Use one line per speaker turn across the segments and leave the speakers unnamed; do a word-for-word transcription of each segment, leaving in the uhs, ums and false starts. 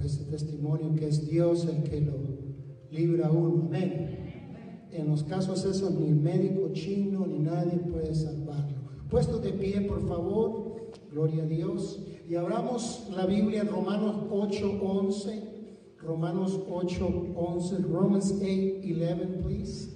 ese testimonio que es Dios el que lo libra a uno. Amén. En los casos esos ni el médico chino ni nadie puede salvarlo. Puesto de pie, por favor. Gloria a Dios. Y abramos la Biblia en Romanos ocho once. Romanos ocho once. Romans eight eleven, please.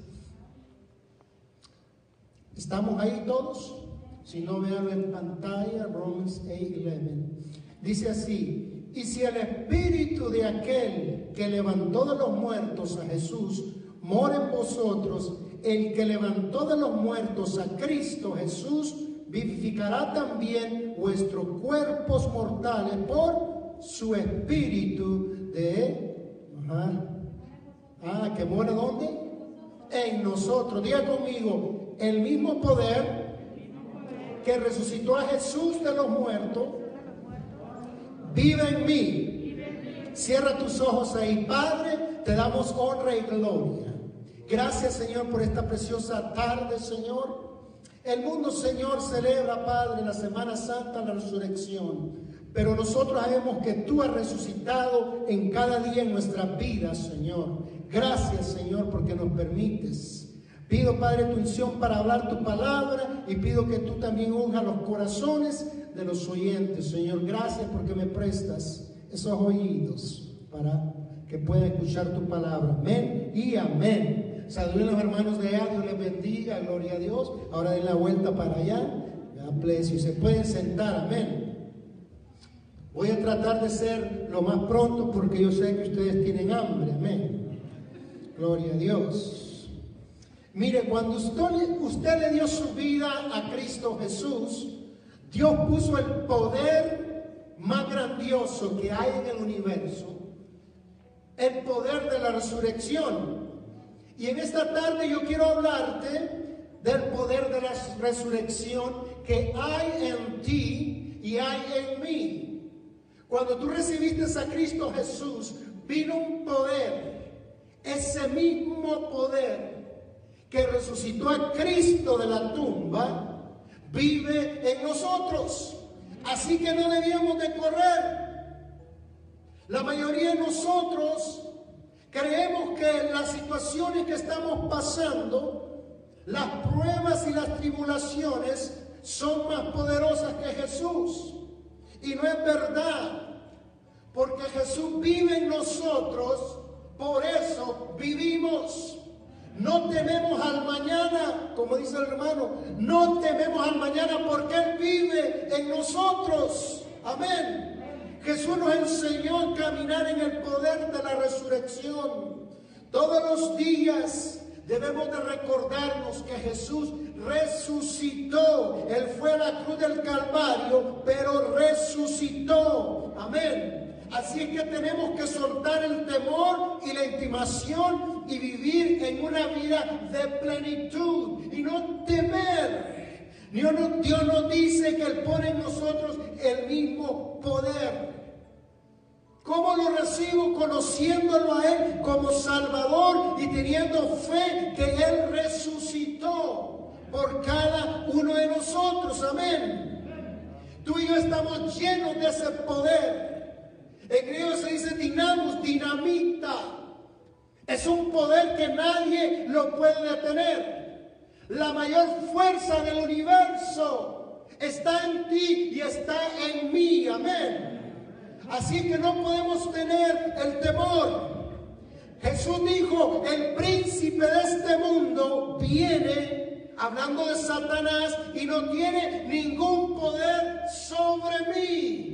¿Estamos ahí todos? Si no, veanlo en pantalla. Romans eight eleven. Dice así: y si el espíritu de aquel que levantó de los muertos a Jesús mora en vosotros, el que levantó de los muertos a Cristo Jesús vivificará también vuestros cuerpos mortales por su espíritu de... Ajá. Ah, ¿que mora dónde? En nosotros. Diga conmigo: el mismo poder que resucitó a Jesús de los muertos vive en mí. Cierra tus ojos ahí. Padre, te damos honra y gloria. Gracias, Señor, por esta preciosa tarde, Señor. El mundo, Señor, celebra, Padre, la Semana Santa, la resurrección. Pero nosotros sabemos que tú has resucitado en cada día en nuestras vidas, Señor. Gracias, Señor, porque nos permites. Pido, Padre, tu unción para hablar tu palabra, y pido que tú también unjas los corazones de los oyentes, Señor. Gracias porque me prestas esos oídos para que puedan escuchar tu palabra. Amén y amén. Saluden a los hermanos de allá, Dios les bendiga, gloria a Dios. Ahora den la vuelta para allá. God bless you. Se pueden sentar, amén. Voy a tratar de ser lo más pronto porque yo sé que ustedes tienen hambre, amén. Gloria a Dios. Mire, cuando usted, usted le dio su vida a Cristo Jesús, Dios puso el poder más grandioso que hay en el universo, el poder de la resurrección. Y en esta tarde yo quiero hablarte del poder de la resurrección que hay en ti y hay en mí. Cuando tú recibiste a Cristo Jesús, vino un poder, ese mismo poder que resucitó a Cristo de la tumba, vive en nosotros. Así que no debíamos de correr. La mayoría de nosotros creemos que las situaciones que estamos pasando, las pruebas y las tribulaciones, son más poderosas que Jesús. Y no es verdad, porque Jesús vive en nosotros, por eso vivimos. No tememos al mañana, como dice el hermano, no tememos al mañana porque Él vive en nosotros. Amén. Jesús nos enseñó a caminar en el poder de la resurrección. Todos los días debemos de recordarnos que Jesús resucitó. Él fue a la cruz del Calvario, pero resucitó. Amén. Así es que tenemos que soltar el temor y la intimación y vivir en una vida de plenitud y no temer. Dios nos, Dios nos dice que Él pone en nosotros el mismo poder. ¿Cómo lo recibo? Conociéndolo a Él como Salvador y teniendo fe que Él resucitó por cada uno de nosotros. Amén. Tú y yo estamos llenos de ese poder. En griego se dice dinamos, dinamita. Es un poder que nadie lo puede detener. La mayor fuerza del universo está en ti y está en mí. Amén. Así que no podemos tener el temor. Jesús dijo: el príncipe de este mundo viene, hablando de Satanás, y no tiene ningún poder sobre mí.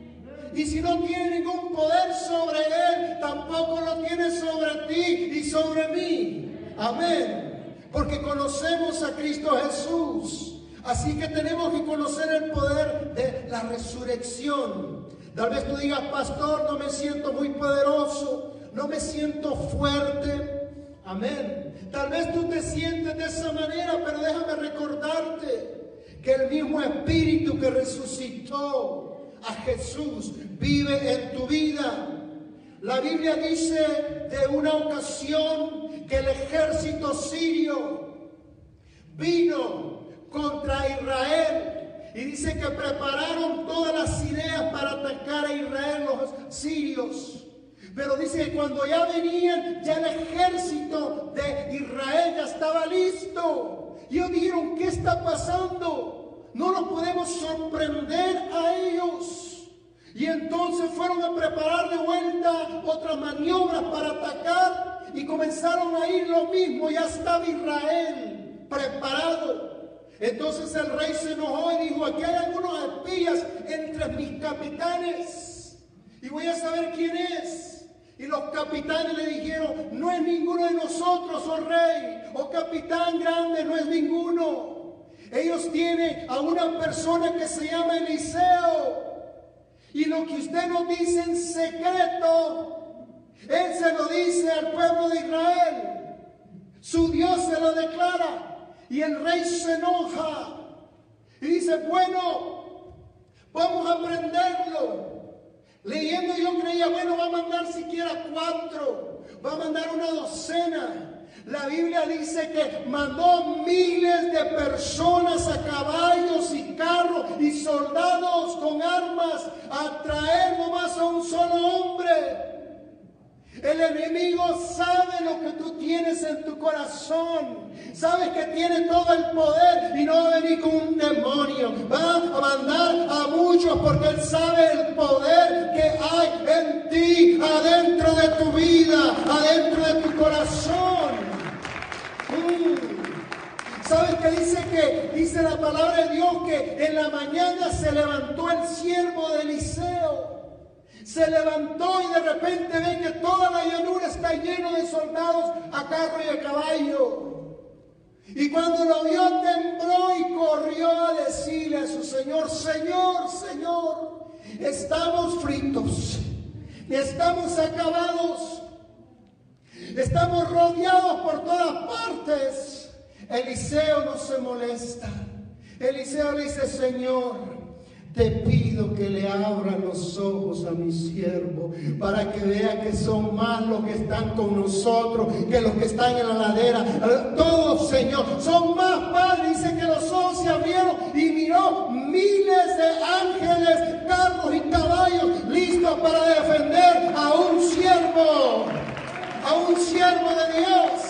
Y si no tiene ningún poder sobre él, tampoco lo tiene sobre ti y sobre mí. Amén. Porque conocemos a Cristo Jesús. Así que tenemos que conocer el poder de la resurrección. Tal vez tú digas: pastor, no me siento muy poderoso, no me siento fuerte. Amén. Tal vez tú te sientes de esa manera, pero déjame recordarte que el mismo Espíritu que resucitó a Jesús vive en tu vida. La Biblia dice de una ocasión que el ejército sirio vino contra Israel y dice que prepararon todas las ideas para atacar a Israel los sirios. Pero dice que cuando ya venían, ya el ejército de Israel ya estaba listo. Y ellos dijeron, ¿qué está pasando? No los podemos sorprender a ellos. Y entonces fueron a preparar de vuelta otras maniobras para atacar. Y comenzaron a ir lo mismo. Ya estaba Israel preparado. Entonces el rey se enojó y dijo, aquí hay algunos espías entre mis capitanes. Y voy a saber quién es. Y los capitanes le dijeron, no es ninguno de nosotros, oh rey, oh capitán grande, no es ninguno. Ellos tienen a una persona que se llama Eliseo. Y lo que usted nos dice en secreto, él se lo dice al pueblo de Israel. Su Dios se lo declara. Y el rey se enoja. Y dice, bueno, vamos a prenderlo. Leyendo yo creía, bueno, va a mandar siquiera cuatro, va a mandar una docena. La Biblia dice que mandó miles de personas a caballos y carros y soldados con armas a traer nomás a un solo hombre. El enemigo sabe lo que tú tienes en tu corazón. Sabes que tiene todo el poder y no va a venir con un demonio. Va a mandar a muchos porque él sabe el poder que hay en ti, adentro de tu vida, adentro de tu corazón. Mm. ¿Sabes qué dice que dice la palabra de Dios que en la mañana se levantó el siervo de Eliseo? Se levantó y de repente ve que toda la llanura está llena de soldados a carro y a caballo. Y cuando lo vio tembló y corrió a decirle a su señor, Señor, Señor, estamos fritos, estamos acabados, estamos rodeados por todas partes. Eliseo no se molesta. Eliseo le dice, Señor, te pido que le abran los ojos a mi siervo para que vea que son más los que están con nosotros que los que están en la ladera. Todos, Señor, son más, Padre. Dice que los ojos se abrieron y miró miles de ángeles, carros y caballos listos para defender a un siervo, a un siervo de Dios.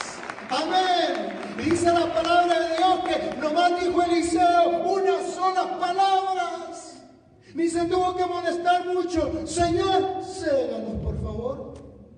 Amén. Dice la palabra de Dios que nomás dijo Eliseo unas solas palabras. Ni se tuvo que molestar mucho. Señor, céganos por favor.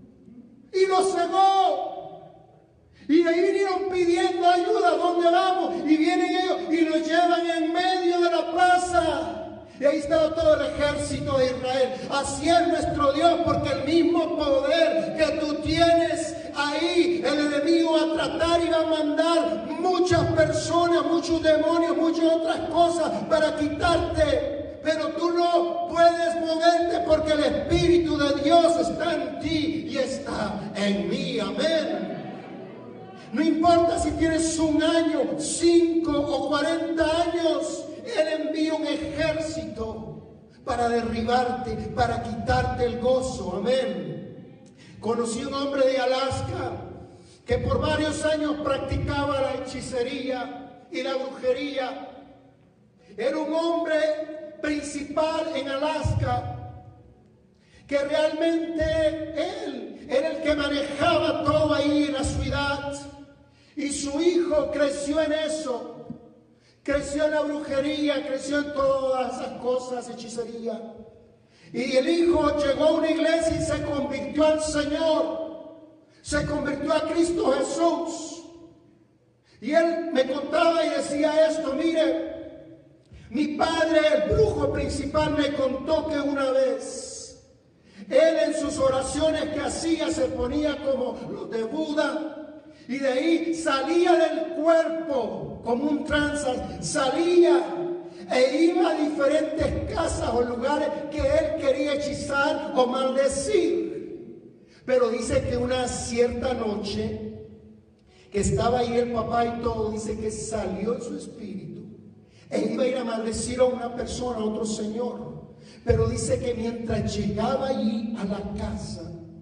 Y lo cegó. Y de ahí vinieron pidiendo ayuda. ¿Dónde vamos? Y vienen ellos y los llevan en medio de la plaza. Y ahí estaba todo el ejército de Israel. Así es nuestro Dios, porque el mismo poder que tú tienes ahí, el enemigo va a tratar y va a mandar muchas personas, muchos demonios, muchas otras cosas para quitarte. Pero tú no puedes moverte porque el Espíritu de Dios está en ti y está en mí. Amén. No importa si tienes un año, cinco o cuarenta años. Él envía un ejército para derribarte, para quitarte el gozo. Amén. Conocí un hombre de Alaska que por varios años practicaba la hechicería y la brujería. Era un hombre principal en Alaska que realmente él era el que manejaba todo ahí en la ciudad. Y su hijo creció en eso. Creció en la brujería, creció en todas esas cosas, hechicería. Y el hijo llegó a una iglesia y se convirtió al Señor. Se convirtió a Cristo Jesús. Y él me contaba y decía esto, mire, mi padre, el brujo principal, me contó que una vez, él en sus oraciones que hacía se ponía como los de Buda. Y de ahí salía del cuerpo como un trance, salía e iba a diferentes casas o lugares que él quería hechizar o maldecir. Pero dice que una cierta noche, que estaba ahí el papá y todo, dice que salió en su espíritu. Él iba a ir a maldecir a una persona, a otro señor. Pero dice que mientras llegaba allí a la casa,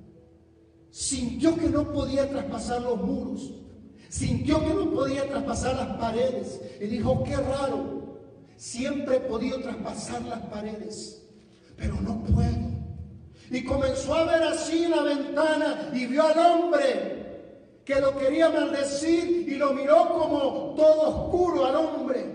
sintió que no podía traspasar los muros. Sintió que no podía traspasar las paredes. Y dijo, qué raro. Siempre he podido traspasar las paredes, pero no puedo. Y comenzó a ver así en la ventana y vio al hombre que lo quería maldecir y lo miró como todo oscuro al hombre.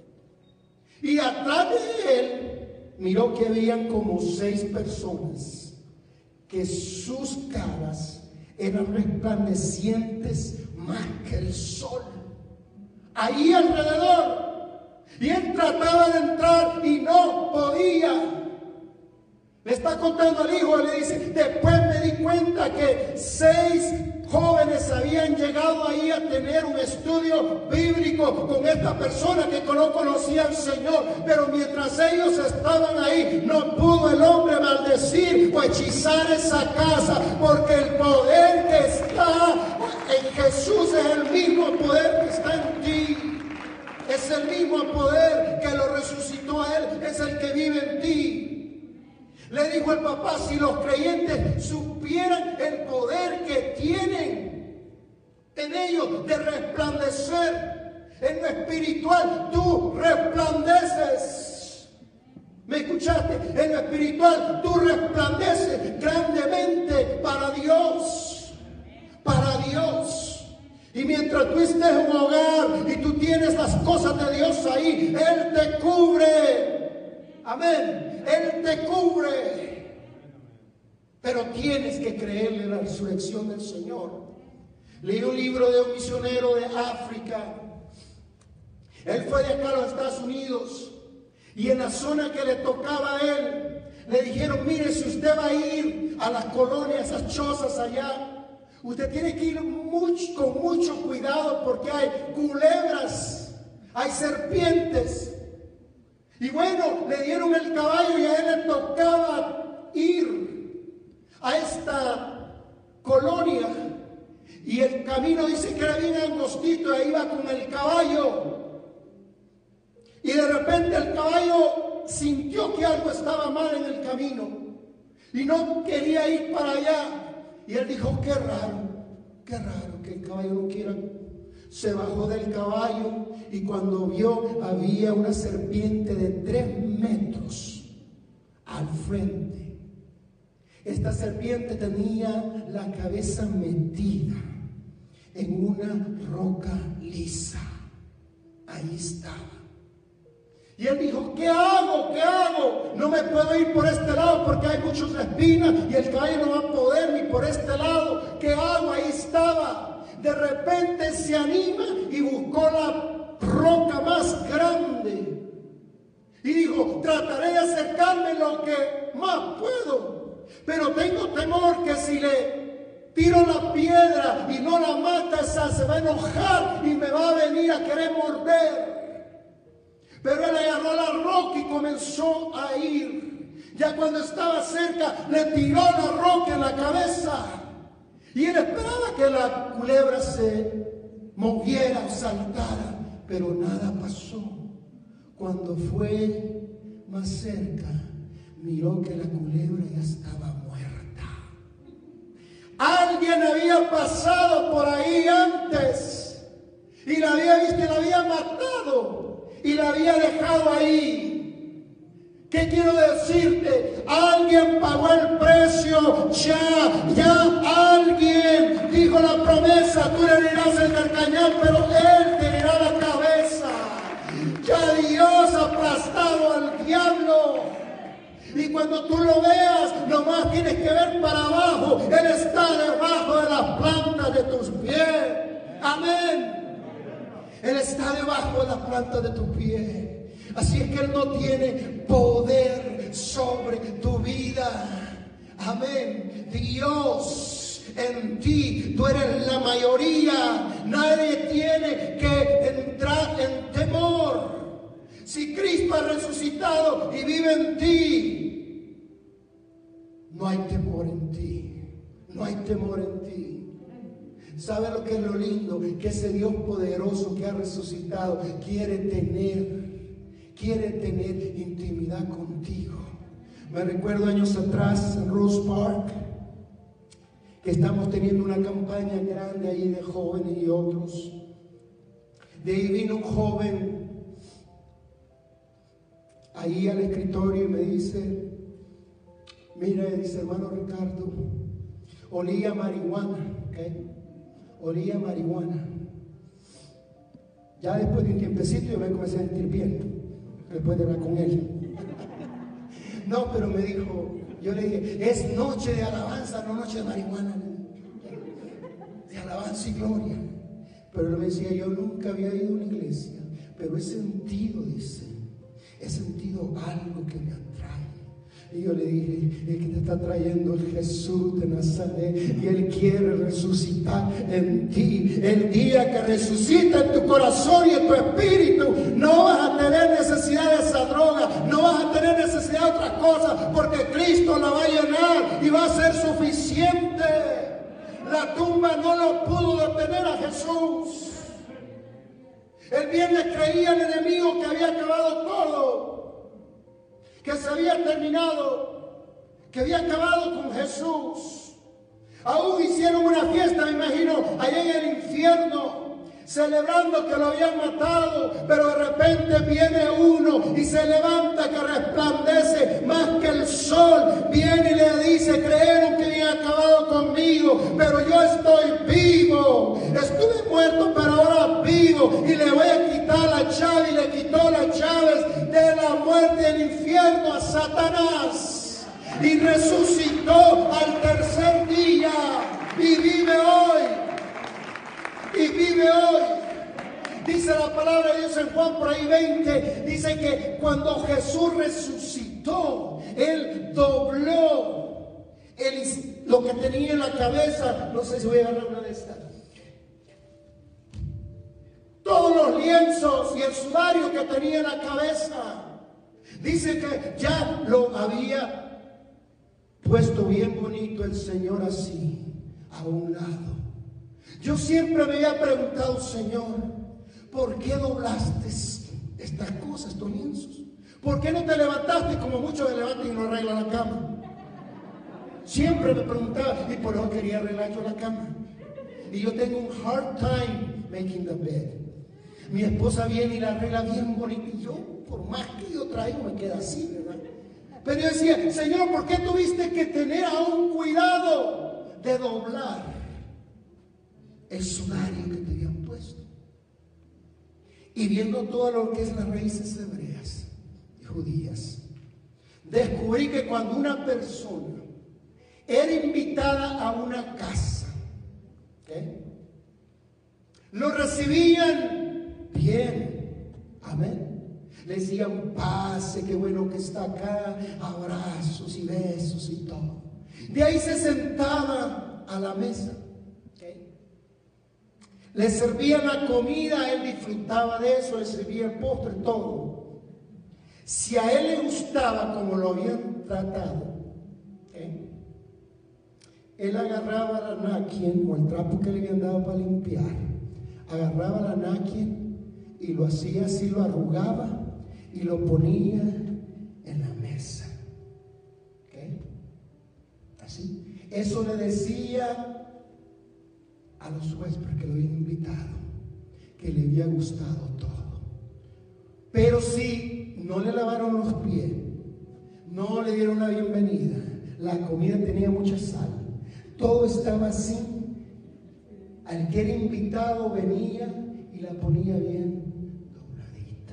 Y atrás de él miró que habían como seis personas, que sus caras eran resplandecientes más que el sol. Ahí alrededor. Y él trataba de entrar y no podía. Le está contando al hijo, le dice, después me di cuenta que seis jóvenes habían llegado ahí a tener un estudio bíblico con esta persona que no conocía al Señor, pero mientras ellos estaban ahí, no pudo el hombre maldecir o hechizar esa casa, porque el poder que está en Jesús es el mismo poder que está en ti. Es el mismo poder que lo resucitó a él, es el que vive en ti. Le dijo el papá, si los creyentes supieran el poder que tienen en ellos de resplandecer en lo espiritual, tú resplandeces. ¿Me escuchaste? En lo espiritual tú resplandeces grandemente para Dios, para Dios. Y mientras tú estés en un hogar y tú tienes las cosas de Dios ahí, Él te cubre. Amén. Él te cubre. Pero tienes que creerle la resurrección del Señor. Leí un libro de un misionero de África. Él fue de acá a los Estados Unidos. Y en la zona que le tocaba a él, le dijeron, mire, si usted va a ir a las colonias, esas chozas allá, usted tiene que ir mucho, con mucho cuidado porque hay culebras, hay serpientes. Y bueno, le dieron el caballo y a él le tocaba ir a esta colonia. Y el camino dice que era bien angostito, ahí iba con el caballo. Y de repente el caballo sintió que algo estaba mal en el camino y no quería ir para allá. Y él dijo, qué raro, qué raro que el caballo no quiera. Se bajó del caballo y cuando vio había una serpiente de tres metros al frente. Esta serpiente tenía la cabeza metida en una roca lisa. Ahí estaba. Y él dijo, ¿qué hago? ¿Qué hago? No me puedo ir por este lado porque hay muchas espinas y el caballo no va a poder ni por este lado. ¿Qué hago? Ahí estaba. De repente se anima y buscó la roca más grande. Y dijo, trataré de acercarme lo que más puedo. Pero tengo temor que si le tiro la piedra y no la mata, esa se va a enojar y me va a venir a querer morder. Pero él agarró la roca y comenzó a ir. Ya cuando estaba cerca, le tiró la roca en la cabeza. Y él esperaba que la culebra se moviera o saltara. Pero nada pasó. Cuando fue más cerca, miró que la culebra ya estaba muerta. Alguien había pasado por ahí antes y la había visto y la había matado. Y la había dejado ahí. ¿Qué quiero decirte? Alguien pagó el precio. Ya, ya alguien dijo la promesa. Tú le dirás el carcañal, pero Él te dirá la cabeza. Ya Dios ha aplastado al diablo. Y cuando tú lo veas, nomás tienes que ver para abajo. Él está debajo de las plantas de tus pies. Amén. Él está debajo de las plantas de tu pie. Así es que Él no tiene poder sobre tu vida. Amén. Dios en ti, tú eres la mayoría. Nadie tiene que entrar en temor. Si Cristo ha resucitado y vive en ti, no hay temor en ti. No hay temor en ti. ¿Sabe lo que es lo lindo? Que ese Dios poderoso que ha resucitado quiere tener, quiere tener intimidad contigo. Me recuerdo años atrás en Rose Park, que estamos teniendo una campaña grande ahí de jóvenes y otros. De ahí vino un joven ahí al escritorio y me dice, Mire, dice hermano Ricardo, olía marihuana, ¿ok? Olía marihuana. Ya después de un tiempecito yo me comencé a sentir bien, después de hablar con él. No, pero me dijo, yo le dije, es noche de alabanza, no noche de marihuana, de alabanza y gloria. Pero él me decía, yo nunca había ido a una iglesia, pero he sentido, dice, he sentido algo que me atrae. Y yo le dije, es que te está trayendo el Jesús de Nazaret y Él quiere resucitar en ti. El día que resucita en tu corazón y en tu espíritu, no vas a tener necesidad de esa droga, no vas a tener necesidad de otras cosas, porque Cristo la va a llenar y va a ser suficiente. La tumba no lo pudo detener a Jesús. El viernes creía el enemigo que había acabado todo, que se había terminado, que había acabado con Jesús. Aún hicieron una fiesta, me imagino, allá en el infierno, celebrando que lo habían matado, pero de repente viene uno y se levanta que resplandece más que el sol, viene y le dice, creyeron que habían acabado conmigo, pero yo estoy vivo, estuve muerto pero ahora vivo, y le voy a quitar la llave, y le quitó las llaves de la muerte y del infierno a Satanás, y resucitó al tercer día, y vive hoy. Y vive hoy. Dice la palabra de Dios en Juan por ahí veinte, dice que cuando Jesús resucitó, Él dobló el, lo que tenía en la cabeza. No sé si voy a agarrar una de estas. Todos los lienzos y el sudario que tenía en la cabeza. Dice que ya lo había puesto bien bonito el Señor así, a un lado. Yo siempre me había preguntado, Señor, ¿por qué doblaste estas cosas, estos lienzos? ¿Por qué no te levantaste como muchos se levantan y no arreglan la cama? Siempre me preguntaba, y por eso quería arreglar yo la cama. Y yo tengo un hard time making the bed. Mi esposa viene y la arregla bien bonita, y yo, por más que yo traigo, me queda así, ¿verdad? Pero yo decía, Señor, ¿por qué tuviste que tener aún cuidado de doblar el sudario que te habían puesto? Y viendo todo lo que es las raíces hebreas y judías, descubrí que cuando una persona era invitada a una casa, ¿okay?, lo recibían bien, amén, le decían pase, qué bueno que está acá, abrazos y besos y todo. De ahí se sentaba a la mesa, le servían la comida, él disfrutaba de eso, le servía el postre, todo. Si a él le gustaba como lo habían tratado, ¿eh?, él agarraba la náquien o el trapo que le habían dado para limpiar, agarraba la náquien y lo hacía así, lo arrugaba y lo ponía en la mesa. ¿Okay? Así. Eso le decía a los huéspedes que lo habían invitado, que le había gustado todo. Pero si no le lavaron los pies, no le dieron la bienvenida, la comida tenía mucha sal, todo estaba así, al que era invitado venía y la ponía bien dobladita.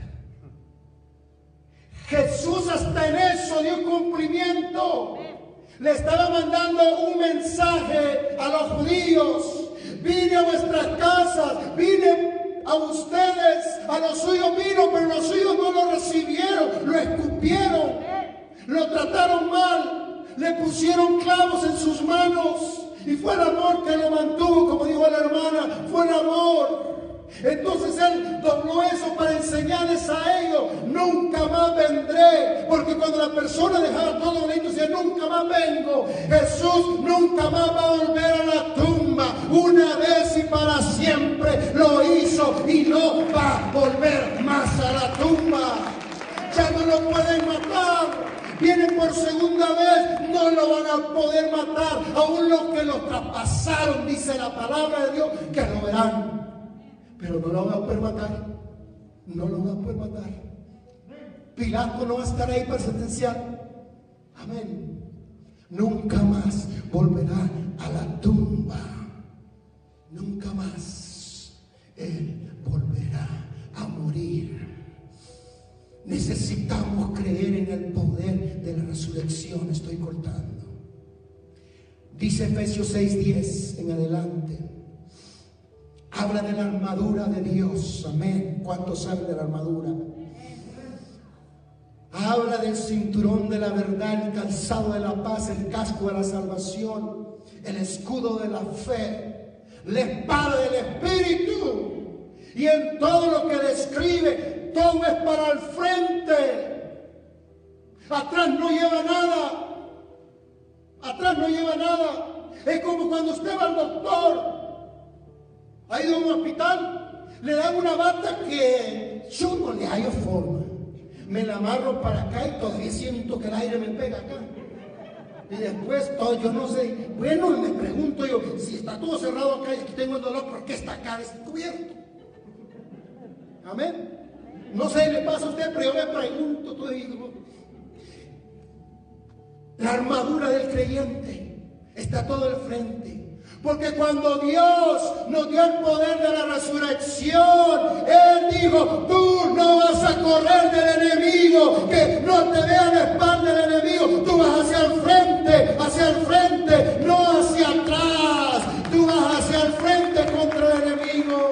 Jesús hasta en eso dio cumplimiento. Le estaba mandando un mensaje a los judíos. Vine a vuestras casas, vine a ustedes, a los suyos vino, pero los suyos no lo recibieron, lo escupieron, lo trataron mal, le pusieron clavos en sus manos, y fue el amor que lo mantuvo, como dijo la hermana, fue el amor. Entonces él dobló eso para enseñarles a ellos, nunca más vendré, porque cuando la persona dejaba todo lindo, decía, nunca más vengo. Jesús nunca más va a volver a la tumba, una vez y para siempre lo hizo, y no va a volver más a la tumba. Ya no lo pueden matar. Vienen por segunda vez, no lo van a poder matar. Aún los que lo traspasaron, dice la palabra de Dios, que lo verán, pero no lo van a poder matar. No lo van a poder matar. Pilato no va a estar ahí para sentenciar. Amén. nunca más volverá a la tumba. Nunca más Él volverá a morir. Necesitamos creer en el poder de la resurrección. Estoy cortando. Dice Efesios seis diez en adelante. Habla de la armadura de Dios. Amén. ¿Cuántos saben de la armadura? Habla del cinturón de la verdad, el calzado de la paz, el casco de la salvación, el escudo de la fe, la espada del Espíritu. Y en todo lo que describe, todo es para el frente. Atrás no lleva nada. Atrás no lleva nada. Es como cuando usted va al doctor. Ha ido a un hospital, le dan una bata que yo no le hallo forma. Me la amarro para acá y todavía siento que el aire me pega acá. Y después todo, yo no sé, bueno, me pregunto yo, si está todo cerrado acá y aquí tengo el dolor, ¿por qué está acá descubierto? Amén. No sé, le pasa a usted, pero yo me pregunto, todo digo, la armadura del creyente está todo al frente. Porque cuando Dios nos dio el poder de la resurrección, Él dijo, tú no vas a correr del enemigo, que no te vea la espalda del enemigo, tú vas hacia el frente, hacia el frente, no hacia atrás, tú vas hacia el frente contra el enemigo.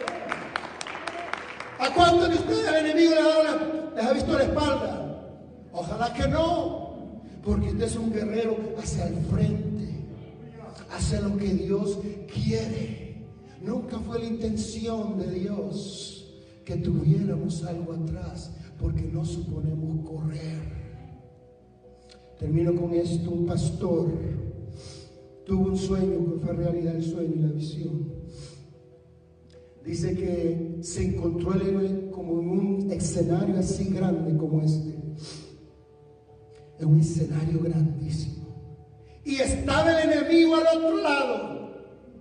¿A cuántos de ustedes el enemigo les ha, dado la, les ha visto la espalda? Ojalá que no, porque usted es un guerrero hacia el frente. Hace lo que Dios quiere. Nunca fue la intención de Dios que tuviéramos algo atrás, porque no suponemos correr. Termino con esto. Un pastor tuvo un sueño que fue realidad el sueño y la visión. Dice que se encontró el héroe como en un escenario así grande como este, en un escenario grandísimo. Y estaba el enemigo al otro lado.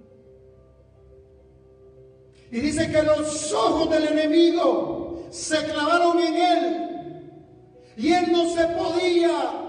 Y dice que los ojos del enemigo se clavaron en él. Y él no se podía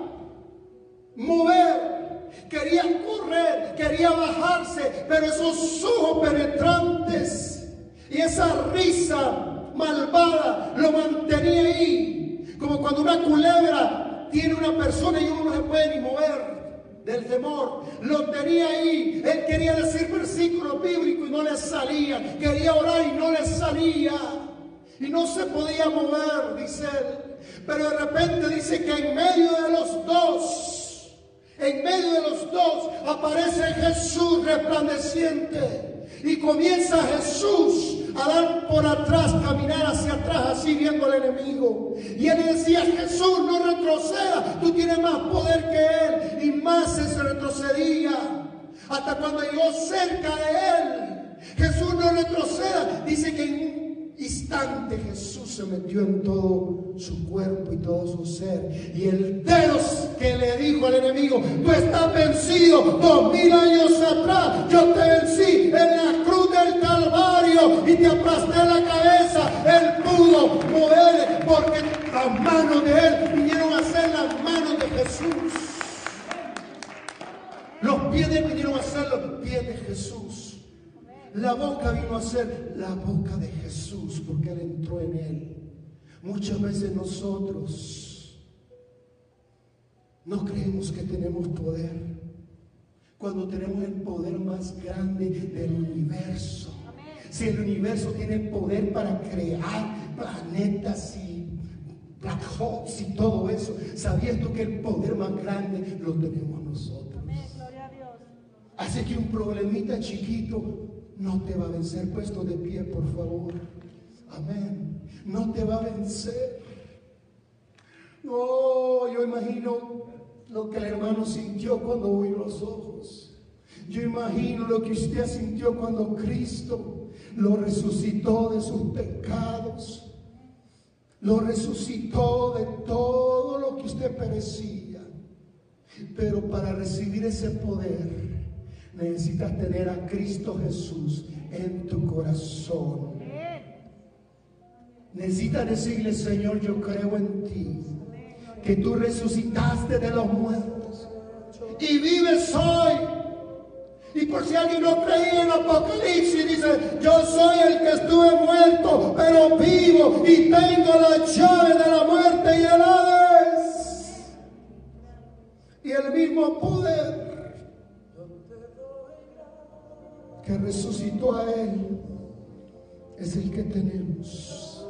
mover. Quería correr, quería bajarse. Pero esos ojos penetrantes y esa risa malvada lo mantenía ahí. Como cuando una culebra tiene una persona y uno no se puede ni mover del temor, lo tenía ahí. Él quería decir versículos bíblicos y no le salía, quería orar y no le salía, y no se podía mover, dice él. Pero de repente dice que en medio de los dos, en medio de los dos aparece Jesús resplandeciente, y comienza Jesús a dar por atrás, caminar hacia atrás, así viendo al enemigo. Y él decía, Jesús, no retroceda, tú tienes más poder que él. Y más se retrocedía, hasta cuando llegó cerca de él. Jesús, no retroceda. Dice que en un instante Jesús se metió en todo su cuerpo y todo su ser. Y el Dios que le dijo al enemigo, tú estás vencido. Dos mil años atrás yo te vencí en la cruz del Calvario y te aplasté la cabeza. Él pudo mover, porque las manos de él vinieron a ser las manos de Jesús. Los pies de él vinieron a ser los pies de Jesús. La boca vino a ser la boca de Jesús, porque él entró en él. Muchas veces nosotros no creemos que tenemos poder, cuando tenemos el poder más grande del universo. Si el universo tiene poder para crear planetas y black holes y todo eso, ¿sabías tú que el poder más grande lo tenemos nosotros?
Amén, gloria a Dios.
Así que un problemita chiquito no te va a vencer. Puesto de pie, por favor. Amén. No te va a vencer. No, yo imagino lo que el hermano sintió cuando abrió los ojos. Yo imagino lo que usted sintió cuando Cristo lo resucitó de sus pecados. Lo resucitó de todo lo que usted perecía. Pero para recibir ese poder, necesitas tener a Cristo Jesús en tu corazón. Necesitas decirle, Señor, yo creo en ti, que tú resucitaste de los muertos y vives hoy. Y por si alguien no creía en Apocalipsis, dice, yo soy el que estuve muerto, pero vivo y tengo la llave de la muerte y el Hades. Y el mismo poder que resucitó a él es el que tenemos.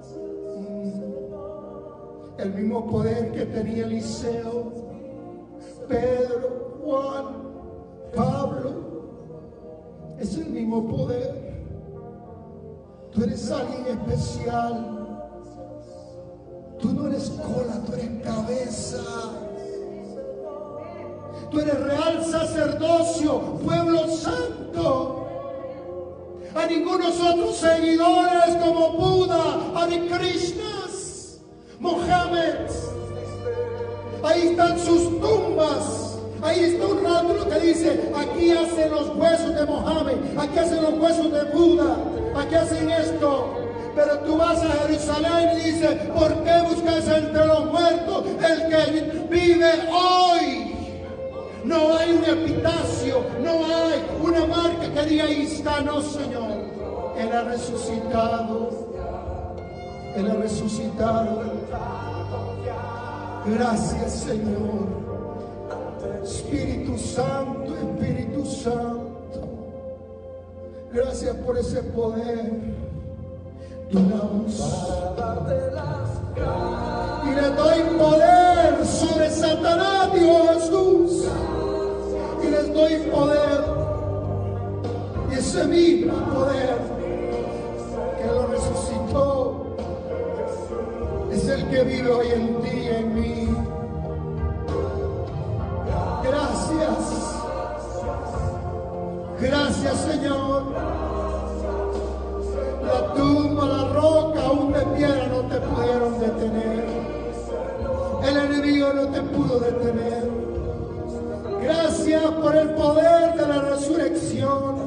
El mismo poder que tenía Eliseo, Pedro, Juan, Pablo, es el mismo poder. Tú eres alguien especial. Tú no eres cola, tú eres cabeza. Tú eres real sacerdocio, pueblo santo. A ningunos otros seguidores como Buda, Hare Krishnas, Mohammed. Ahí están sus tumbas. Ahí está un rótulo que dice, aquí hacen los huesos de Mohammed, aquí hacen los huesos de Buda, aquí hacen esto. Pero tú vas a Jerusalén y dices, ¿por qué buscas entre los muertos el que vive hoy? No hay un epitafio, no hay una marca que diga, ahí está, no, Señor. Él ha resucitado, Él ha resucitado. Gracias, Señor. Espíritu Santo, Espíritu Santo, gracias por ese poder. Donamos y le doy poder sobre Satanás, Dios Jesús, y les doy poder, y ese mismo poder que lo resucitó es el que vive hoy en ti y en mí. Gracias, gracias, Señor. La tumba, la roca, aún de piedra no te pudieron detener. El enemigo no te pudo detener. Gracias por el poder de la resurrección.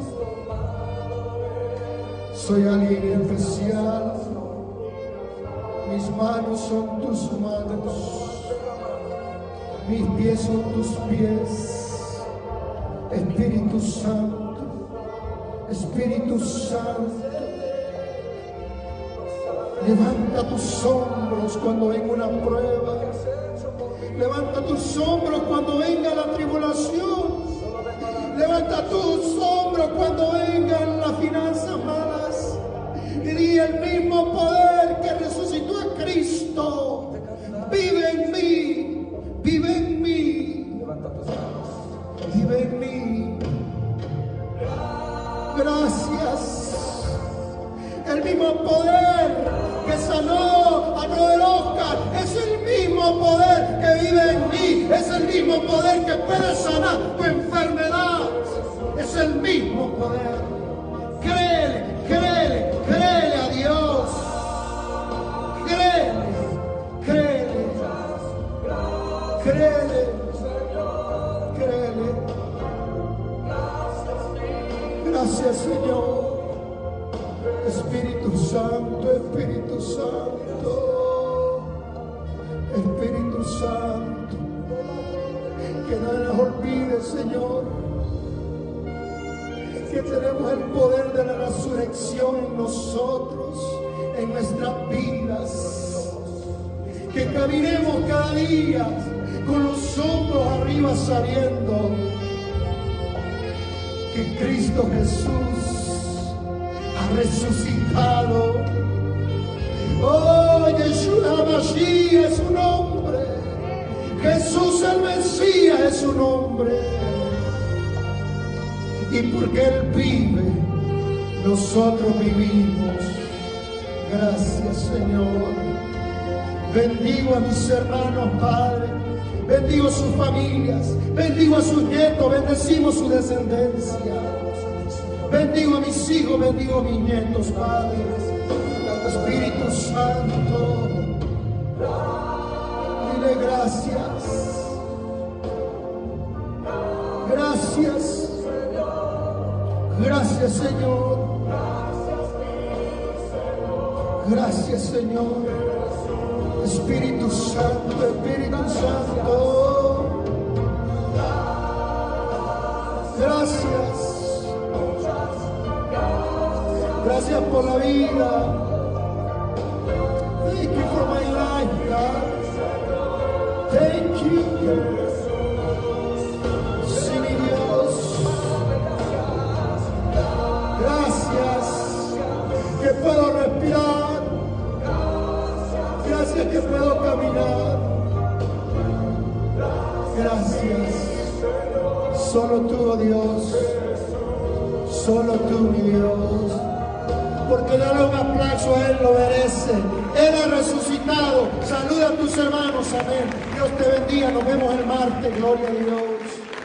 Soy alguien especial. Mis manos son tus manos. Mis pies son tus pies. Espíritu Santo, Espíritu Santo, levanta tus hombros cuando venga una prueba. Levanta tus hombros cuando venga la tribulación. Levanta tus hombros cuando vengan las finanzas malas. Y di, el mismo poder que resucitó a Cristo vive en mí. Vive en mí, vive en mí. Gracias. El mismo poder que sanó a Noel Oscar es el mismo poder que vive en mí. Es el mismo poder que puede sanar tu enfermedad. Es el mismo poder. Créele, créele, créele a Dios. Créele, créele. Créele, créele. Gracias, Señor. Espíritu Santo, Espíritu Santo, Espíritu Santo. Que no nos olvides, Señor, que tenemos el poder de la resurrección en nosotros, en nuestras vidas. Que caminemos cada día con los hombros arriba, sabiendo que Cristo Jesús ha resucitado. Oh, Yeshua Mashiach es su nombre. Jesús el Mesías es su nombre. Y porque Él vive, nosotros vivimos. Gracias, Señor. Bendigo a mis hermanos, Padre. Bendigo a sus familias. Bendigo a sus nietos. Bendecimos su descendencia. Bendigo a mis hijos. Bendigo a mis nietos, Padre. Espíritu Santo, dile gracias. Gracias. Gracias, Señor. Gracias, Señor. Espíritu Santo, Espíritu Santo. Gracias por la vida. Thank you for my life, God. Thank you. Sí, mi Dios. Gracias que puedo respirar. Gracias que puedo caminar. Gracias. Solo tú, oh Dios. Solo tú, mi Dios. Porque darle un aplauso a Él lo merece. Él ha resucitado. Saluda a tus hermanos, amén. Dios te bendiga. Nos vemos el martes. Gloria a Dios.